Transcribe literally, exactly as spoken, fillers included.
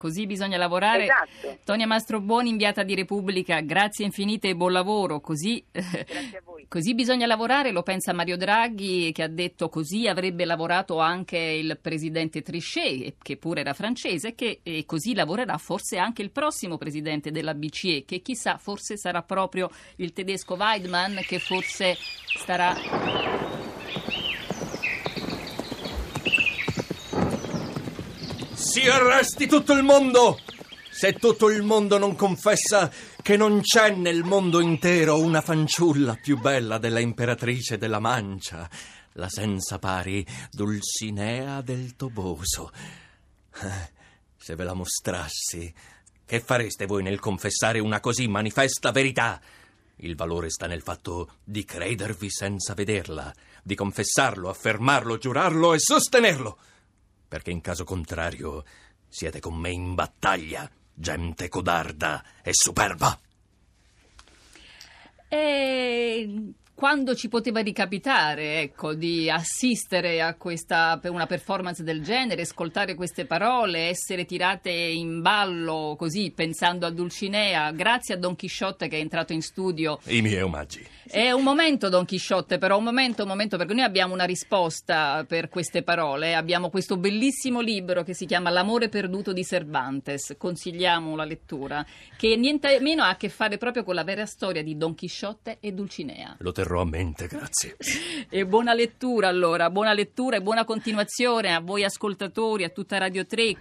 Così bisogna lavorare. Esatto. Tonia Mastrobuoni, inviata di Repubblica, grazie infinite e buon lavoro. Così, Grazie a voi. così bisogna lavorare, lo pensa Mario Draghi, che ha detto così avrebbe lavorato anche il presidente Trichet, che pure era francese, che, e così lavorerà forse anche il prossimo presidente della B C E, che chissà, forse sarà proprio il tedesco Weidmann, che forse starà... Si arresti tutto il mondo! Se tutto il mondo non confessa che non c'è nel mondo intero una fanciulla più bella della imperatrice della Mancia, la senza pari Dulcinea del Toboso. Se ve la mostrassi, che fareste voi nel confessare una così manifesta verità? Il valore sta nel fatto di credervi senza vederla, di confessarlo, affermarlo, giurarlo e sostenerlo. Perché in caso contrario siete con me in battaglia, gente codarda e superba. E quando ci poteva ricapitare, ecco, di assistere a questa per una performance del genere, ascoltare queste parole, essere tirate in ballo così pensando a Dulcinea, grazie a Don Chisciotte che è entrato in studio. I miei omaggi. È un momento, Don Chisciotte, però un momento, un momento, perché noi abbiamo una risposta per queste parole. Abbiamo questo bellissimo libro che si chiama L'amore perduto di Cervantes, consigliamo la lettura, che niente meno ha a che fare proprio con la vera storia di Don Chisciotte e Dulcinea. Lo terrò a mente, grazie. E buona lettura allora, buona lettura e buona continuazione a voi ascoltatori, a tutta Radio tre.